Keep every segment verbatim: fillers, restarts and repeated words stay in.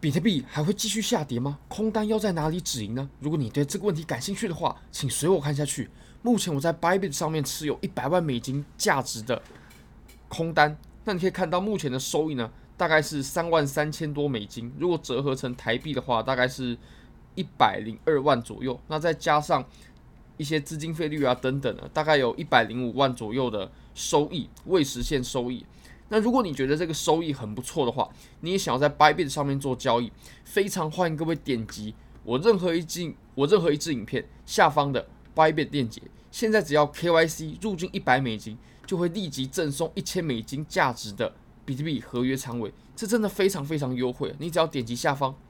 比特币还会继续下跌吗？空单要在哪里止盈呢？如果你对这个问题感兴趣的话，请随我看下去。目前我在 Bybit 上面持有一百万美金价值的空单，那你可以看到目前的收益呢，大概是三万三千多美金。如果折合成台币的话，大概是一百零二万左右。那再加上一些资金费率啊等等的，大概有一百零五万左右的收益，未实现收益。那如果你觉得这个收益很不错的话，你也想要在 Bybit 上面做交易，非常欢迎各位点击我任何一支我任何一支影片下方的 Bybit 链接。现在只要 K Y C 入金一百美金，就会立即赠送一千美金价值的比特币合约仓位，这真的非常非常优惠。你只要点击下方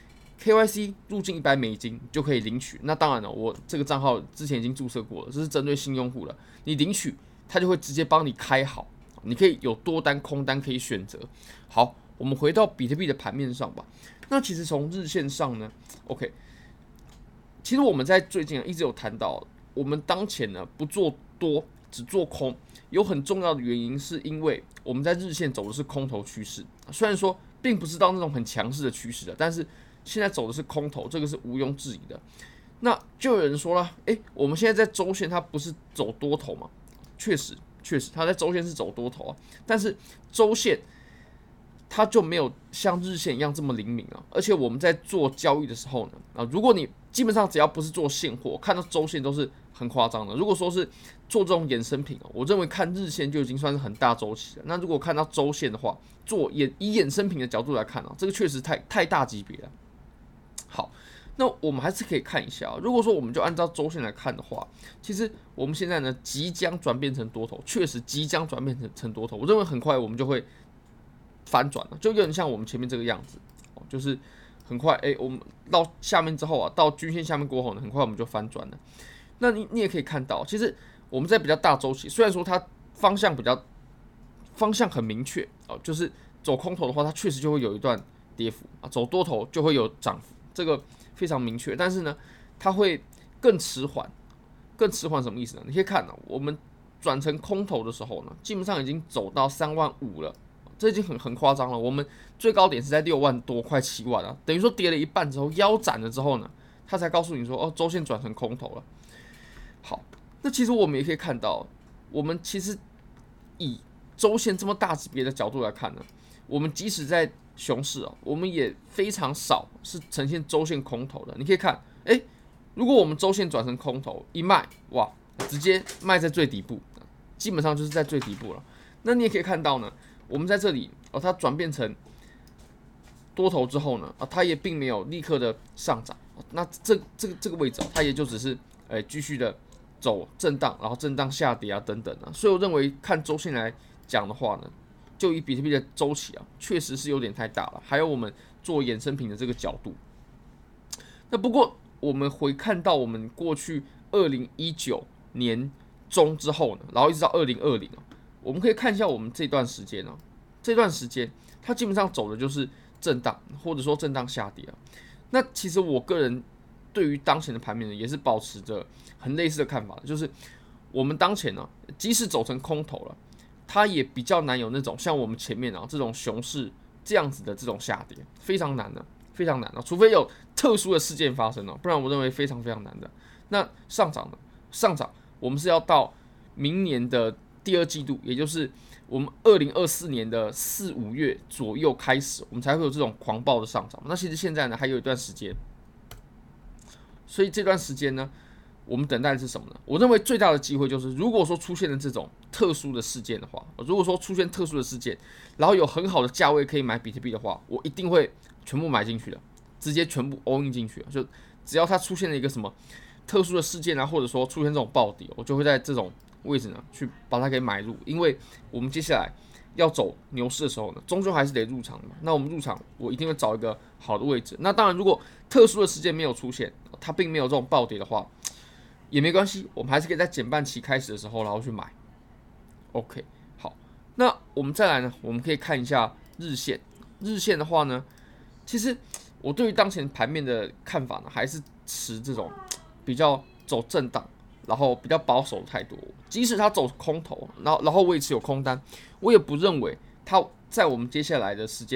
K Y C 入金一百美金就可以领取。那当然了，我这个账号之前已经注册过了，这是针对新用户了。你领取，它就会直接帮你开好。你可以有多单、空单可以选择。好，我们回到比特币的盘面上吧。那其实从日线上呢 ，OK， 其实我们在最近一直有谈到，我们当前呢不做多，只做空，有很重要的原因是因为我们在日线走的是空头趋势，虽然说并不是到那种很强势的趋势的，但是现在走的是空头，这个是毋庸置疑的。那就有人说了，诶，我们现在在周线它不是走多头吗？确实。确实，它在周线是走多头啊，但是周线它就没有像日线一样这么灵敏啊。而且我们在做交易的时候呢，啊，如果你基本上只要不是做现货，看到周线都是很夸张的。如果说是做这种衍生品啊，我认为看日线就已经算是很大周期了。那如果看到周线的话，做衍以衍生品的角度来看啊，这个确实太太大级别了。好。那我们还是可以看一下、啊，如果说我们就按照周线来看的话，其实我们现在呢即将转变成多头，确实即将转变成成多头。我认为很快我们就会反转了，就有点像我们前面这个样子，就是很快，哎、欸，我们到下面之后啊，到均线下面过后呢，很快我们就反转了。那你你也可以看到，其实我们在比较大周期，虽然说它方向比较方向很明确哦，就是走空头的话，它确实就会有一段跌幅啊；走多头就会有涨幅，这个非常明确。但是呢，它会更迟缓，更迟缓什么意思呢？你可以看到，我们转成空头的时候呢，基本上已经走到三万五了，这已经很很夸张了。我们最高点是在六万多，快七万啊，等于说跌了一半之后，腰斩了之后呢，它才告诉你说，哦，周线转成空头了。好，那其实我们也可以看到，我们其实以周线这么大级别的角度来看呢，我们即使在熊市哦，我们也非常少是呈现周线空头的。你可以看，哎、欸，如果我们周线转成空头一卖，哇，直接卖在最底部，基本上就是在最底部了。那你也可以看到呢，我们在这里哦，它转变成多头之后呢，啊，它也并没有立刻的上涨。那这这个这个位置、哦，它也就只是哎继、欸、续的走震荡，然后震荡下跌啊等等啊。所以我认为看周线来讲的话呢，就以比特币的周期啊，确实是有点太大了。还有我们做衍生品的这个角度，那不过我们回看到我们过去二零一九年中之后呢，然后一直到二零二零啊，我们可以看一下我们这段时间啊，这段时间它基本上走的就是震荡，或者说震荡下跌啊。那其实我个人对于当前的盘面呢，也是保持着很类似的看法，就是我们当前呢、啊，即使走成空头了，它也比较难有那种像我们前面啊这种熊市这样子的这种下跌，非常难的，非常难的，除非有特殊的事件发生了，不然我认为非常非常难的。那上涨呢？上涨，我们是要到明年的第二季度，也就是我们二零二四年的四五月左右开始，我们才会有这种狂暴的上涨。那其实现在呢，还有一段时间，所以这段时间呢，我们等待的是什么呢？我认为最大的机会就是，如果说出现了这种特殊的事件的话，如果说出现特殊的事件，然后有很好的价位可以买比特币的话，我一定会全部买进去的，直接全部 all in 进去。就只要它出现了一个什么特殊的事件啊，或者说出现这种暴跌，我就会在这种位置呢去把它给买入，因为我们接下来要走牛市的时候呢，终究还是得入场的嘛。那我们入场，我一定会找一个好的位置。那当然，如果特殊的事件没有出现，它并没有这种暴跌的话，也没关系，我们还是可以在减半期开始的时候，然后去买。OK， 好，那我们再来呢，我们可以看一下日线。日线的话呢，其实我对于当前盘面的看法呢，还是持这种比较走震荡，然后比较保守的态度。即使它走空头，然后然后我也持有空单，我也不认为它在我们接下来的时间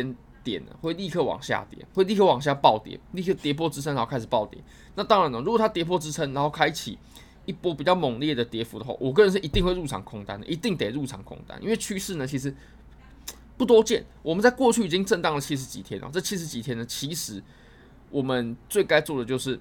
点呢，会立刻往下跌，会立刻往下暴跌，立刻跌破支撑，然后开始暴跌。那当然了，如果它跌破支撑，然后开启一波比较猛烈的跌幅的话，我个人是一定会入场空单的，一定得入场空单，因为趋势呢其实不多见。我们在过去已经震荡了七十几天了，这七十几天呢，其实我们最该做的就是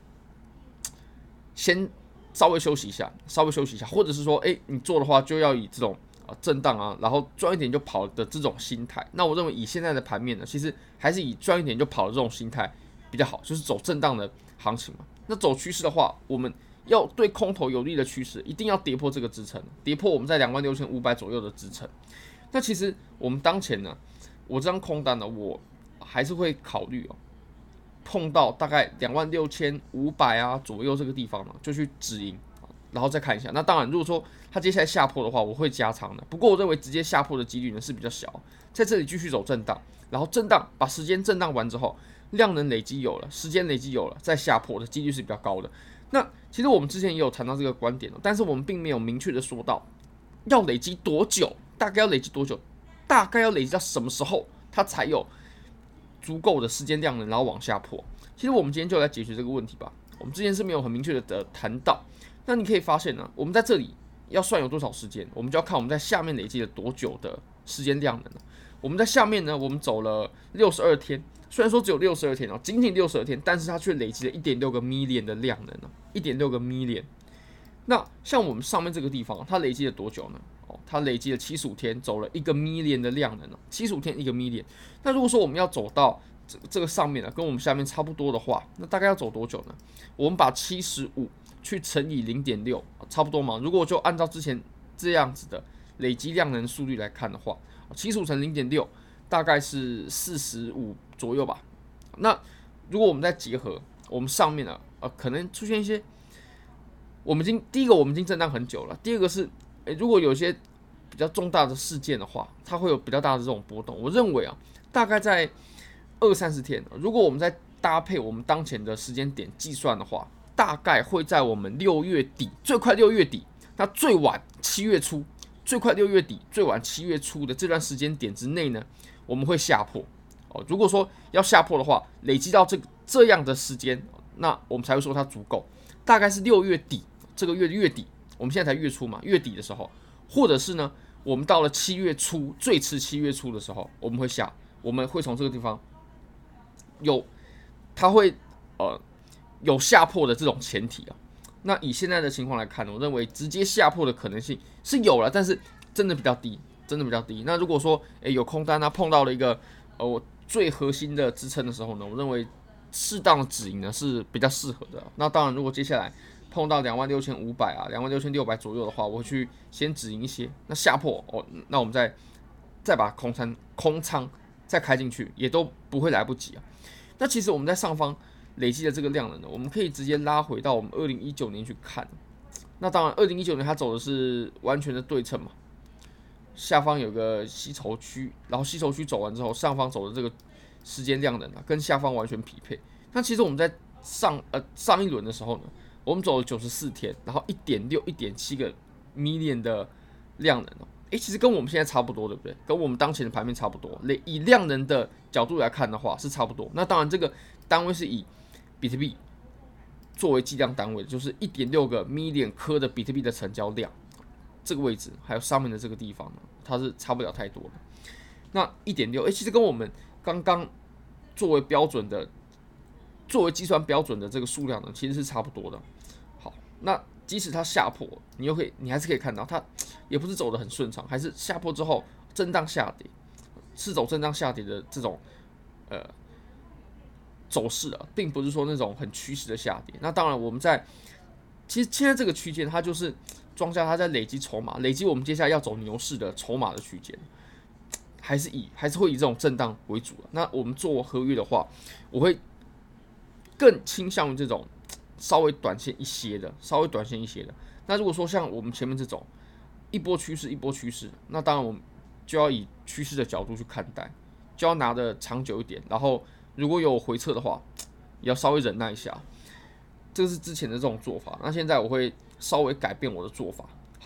先稍微休息一下，稍微休息一下，或者是说，哎、欸，你做的话就要以这种啊震荡啊，然后赚一点就跑的这种心态。那我认为以现在的盘面呢，其实还是以赚一点就跑的这种心态比较好，就是走震荡的行情嘛。那走趋势的话，我们要对空头有利的趋势，一定要跌破这个支撑，跌破我们在两万六千五百左右的支撑。那其实我们当前呢，我这张空单呢，我还是会考虑哦。碰到大概两万六千五百啊左右这个地方呢，就去止盈，然后再看一下。那当然，如果说它接下来下破的话，我会加仓的。不过我认为直接下破的几率呢是比较小，在这里继续走震荡，然后震荡把时间震荡完之后，量能累积有了，时间累积有了，再下破的几率是比较高的。那其实我们之前也有谈到这个观点，但是我们并没有明确的说到要累积多久，大概要累积多久，大概要累积到什么时候，它才有足够的时间量能，然后往下破。其实我们今天就来解决这个问题吧。我们之前是没有很明确的谈到。那你可以发现呢，我们在这里要算有多少时间，我们就要看我们在下面累积了多久的时间量能。我们在下面呢，我们走了六十二天，虽然说只有六十二天哦，仅仅六十二天，但是它却累积了 一点六个 million 的量能哦 ，一点六个 million。那像我们上面这个地方，它累积了多久呢？哦，它累积了七十五天，走了一个 million 的量能哦，七十五天一个 million。那如果说我们要走到这这个上面呢，跟我们下面差不多的话，那大概要走多久呢？我们把七十五去乘以 零点六， 差不多嘛。如果就按照之前这样子的累积量能速率来看的话，七十五乘 零点六 大概是四十五左右吧。那如果我们再结合我们上面呢，呃，可能出现一些，我们已经第一个我们已经震荡很久了，第二个是，欸、如果有一些比较重大的事件的话，它会有比较大的这种波动。我认为啊，大概在二三十天，如果我们再搭配我们当前的时间点计算的话，大概会在我们六月底，最快六月底，那最晚七月初，最快六月底，最晚七月初的这段时间点之内呢，我们会下破。哦，如果说要下破的话，累积到这个这样的时间，那我们才会说它足够。大概是六月底，这个月月底，我们现在才月初嘛，月底的时候，或者是呢，我们到了七月初，最迟七月初的时候，我们会下，我们会从这个地方。有，它会呃有下破的这种前提啊。那以现在的情况来看，我认为直接下破的可能性是有了，但是真的比较低，真的比较低。那如果说诶有空单，它碰到了一个呃我最核心的支撑的时候呢，我认为适当的止盈呢是比较适合的。那当然，如果接下来碰到两万六千五百啊、两万六千六百左右的话，我会去先止盈一些。那下破哦，那我们再再把空仓空仓再开进去，也都不会来不及啊。那其实我们在上方累积的这个量能呢，我们可以直接拉回到我们二零一九年去看。那当然，二零一九年它走的是完全的对称嘛，下方有个吸筹区，然后吸筹区走完之后，上方走的这个时间量能啊，跟下方完全匹配。那其实我们在上呃上一轮的时候呢，我们走了九十四天，然后 一点六、一点七个 million 的量能哦。诶，其实跟我们现在差不多，对不对？跟我们当前的盘面差不多。以量能的角度来看的话，是差不多。那当然，这个单位是以比特币作为计量单位，就是 一点六个 million 颗的比特币的成交量，这个位置还有上面的这个地方呢，它是差不了太多的。那 一点六，诶，其实跟我们刚刚作为标准的、作为计算标准的这个数量呢，其实是差不多的。好，那即使它下破，你又可以，你还是可以看到它也不是走得很顺畅，还是下破之后震荡下跌，是走震荡下跌的这种呃走势啊，并不是说那种很趋势的下跌。那当然，我们在其实现在这个区间，它就是庄家它在累积筹码，累积我们接下来要走牛市的筹码的区间，还是以还是会以这种震荡为主的。那我们做合约的话，我会更倾向于这种稍微短线一些的，稍微短线一些的。那如果说像我们前面这种一波趋势一波趋势，那当然我们就要以趋势的角度去看待，就要拿的长久一点。然后如果有回撤的话，也要稍微忍耐一下。这个是之前的这种做法。那现在我会稍微改变我的做法。好，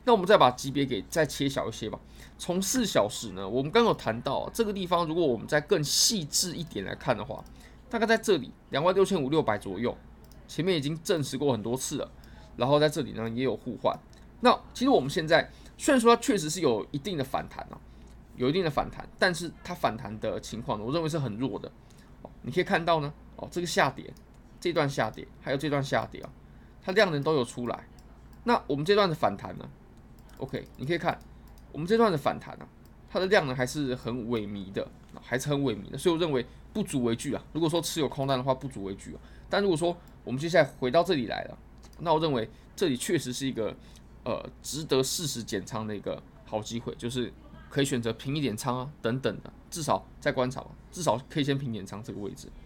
那我们再把级别给再切小一些吧。从四小时呢，我们刚刚有谈到、啊、这个地方，如果我们再更细致一点来看的话，大概在这里两万六千五六百左右，前面已经证实过很多次了。然后在这里呢也有互换。那其实我们现在虽然说它确实是有一定的反弹啊，有一定的反弹，但是它反弹的情况呢，我认为是很弱的。哦、你可以看到呢，哦，这个下跌，这段下跌，还有这段下跌啊，它量能都有出来。那我们这段的反弹呢 ，OK， 你可以看我们这段的反弹啊，它的量能还是很萎靡的，还是很萎靡的，所以我认为不足为惧啊。如果说持有空单的话，不足为惧啊。但如果说我们接下来回到这里来了，那我认为这里确实是一个呃值得适时减仓的一个好机会，就是可以选择平一点仓啊等等的，至少再观察吧，至少可以先平点仓这个位置。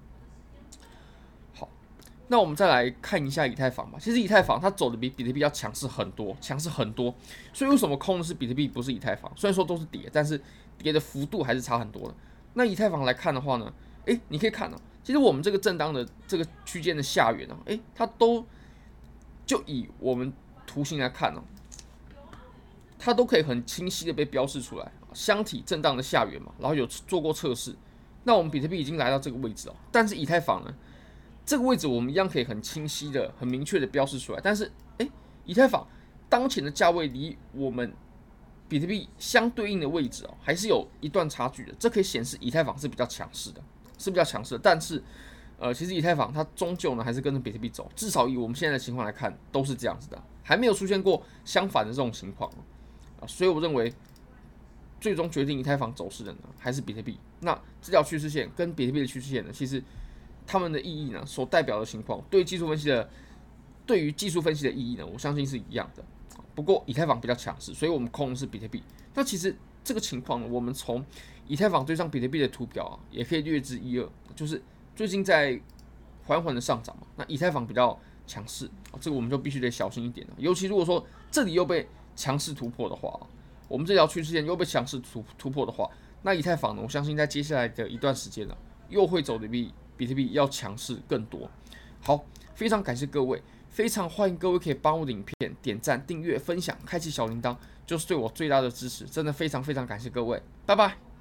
好，那我们再来看一下以太坊吧。其实以太坊它走的比比特币要强势很多，强势很多。所以为什么空的是比特币，不是以太坊？虽然说都是跌，但是跌的幅度还是差很多的。那以太坊来看的话呢，诶，你可以看哦，其实我们这个震荡的这个区间的下缘啊，诶，它都就以我们图形来看哦，它都可以很清晰的被标示出来，箱体震荡的下缘嘛，然后有做过测试。那我们比特币已经来到这个位置哦，但是以太坊呢，这个位置我们一样可以很清晰的、很明确的标示出来。但是，哎，以太坊当前的价位离我们比特币相对应的位置哦，还是有一段差距的。这可以显示以太坊是比较强势的，是比较强势的。但是，呃，其实以太坊它终究呢还是跟着比特币走，至少以我们现在的情况来看，都是这样子的，还没有出现过相反的这种情况啊。所以我认为，最终决定以太坊走势的呢，还是比特币。那这条趋势线跟比特币的趋势线呢，其实它们的意义呢，所代表的情况，对技术分析的，对于技术分析的意义呢，我相信是一样的。不过以太坊比较强势，所以我们空的是比特币。那其实这个情况呢，我们从以太坊对上比特币的图表啊，也可以略知一二，就是最近在缓缓的上涨嘛，那以太坊比较强势，这个我们就必须得小心一点了。尤其如果说这里又被强势突破的话，我们这条趋势线又被强势突突破的话，那以太坊呢，我相信在接下来的一段时间呢，又会走的比比特币要强势更多。好，非常感谢各位，非常欢迎各位可以帮我的影片点赞、订阅、分享、开启小铃铛，就是对我最大的支持。真的非常非常感谢各位，拜拜。